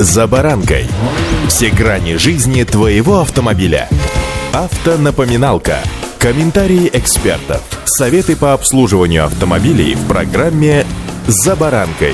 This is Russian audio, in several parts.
«За баранкой». Все грани жизни твоего автомобиля. Автонапоминалка. Комментарии экспертов. Советы по обслуживанию автомобилей в программе «За баранкой».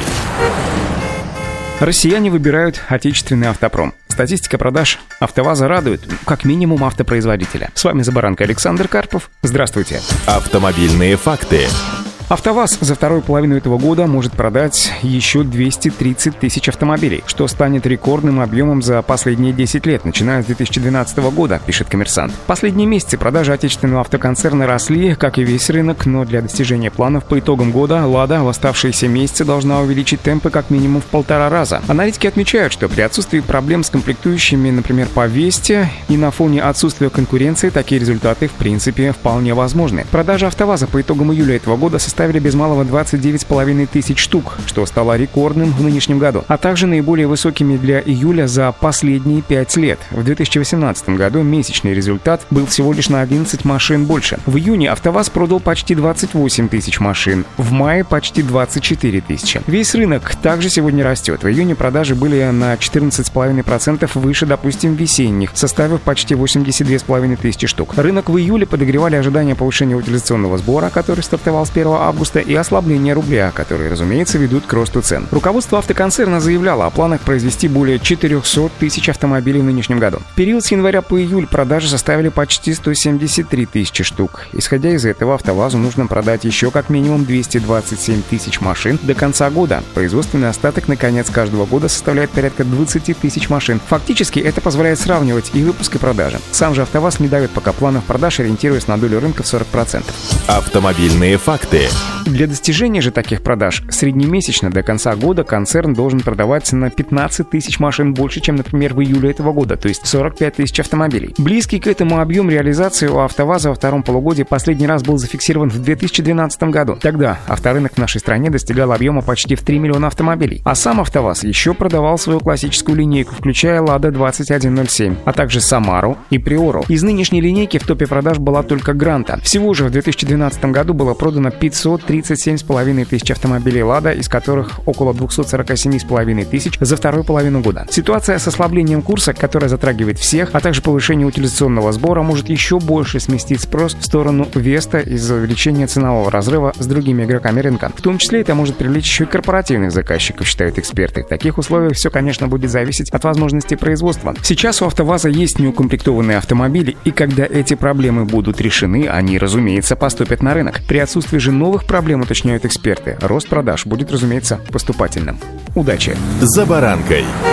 Россияне выбирают отечественный автопром. Статистика продаж АвтоВАЗа радует, как минимум, автопроизводителя. С вами «За баранкой» Александр Карпов. Здравствуйте. Автомобильные факты. АвтоВАЗ за вторую половину этого года может продать еще 230 тысяч автомобилей, что станет рекордным объемом за последние 10 лет, начиная с 2012 года, пишет «Коммерсант». В последние месяцы продажи отечественного автоконцерна росли, как и весь рынок, но для достижения планов по итогам года «Лада» в оставшиеся месяцы должна увеличить темпы как минимум в 1,5 раза. Аналитики отмечают, что при отсутствии проблем с комплектующими, например, по Весте, и на фоне отсутствия конкуренции, такие результаты в принципе вполне возможны. Продажи АвтоВАЗа по итогам июля этого года составили без малого 29,5 тысяч штук, что стало рекордным в нынешнем году, а также наиболее высокими для июля за последние 5 лет. В 2018 году месячный результат был всего лишь на 11 машин больше. В июне АвтоВАЗ продал почти 28 тысяч машин, в мае почти 24 тысячи. Весь рынок также сегодня растет. В июне продажи были на 14,5% выше, допустим, весенних, составив почти 82,5 тысячи штук. Рынок в июле подогревали ожидания повышения утилизационного сбора, который стартовал с 1 августа, и ослабления рубля, которые, разумеется, ведут к росту цен. Руководство автоконцерна заявляло о планах произвести более 400 тысяч автомобилей в нынешнем году. В период с января по июль продажи составили почти 173 тысячи штук. Исходя из этого, АвтоВАЗу нужно продать еще как минимум 227 тысяч машин до конца года. Производственный остаток на конец каждого года составляет порядка 20 тысяч машин. Фактически это позволяет сравнивать и выпуск, и продажи. Сам же АвтоВАЗ не дает пока планов продаж, ориентируясь на долю рынка в 40%. Автомобильные факты. Для достижения же таких продаж среднемесячно до конца года концерн должен продавать на 15 тысяч машин больше, чем, например, в июле этого года, то есть 45 тысяч автомобилей. Близкий к этому объем реализации у АвтоВАЗа во втором полугодии последний раз был зафиксирован в 2012 году. Тогда авторынок в нашей стране достигал объема почти в 3 миллиона автомобилей. А сам АвтоВАЗ еще продавал свою классическую линейку, включая «Лада 2107», а также «Самару» и «Приору». Из нынешней линейки в топе продаж была только «Гранта». Всего же в 2012 году было продано 537,5 тысяч автомобилей «Лада», из которых около 247,5 тысяч за вторую половину года. Ситуация с ослаблением курса, которая затрагивает всех, а также повышение утилизационного сбора, может еще больше сместить спрос в сторону Веста из-за увеличения ценового разрыва с другими игроками рынка. В том числе это может привлечь еще и корпоративных заказчиков, считают эксперты. В таких условиях все, конечно, будет зависеть от возможностей производства. Сейчас у АвтоВАЗа есть неукомплектованные автомобили, и когда эти проблемы будут решены, они, разумеется, поступят на рынок. При отсутствии же новых проблем, уточняют эксперты, рост продаж будет, разумеется, поступательным. Удачи! «За баранкой».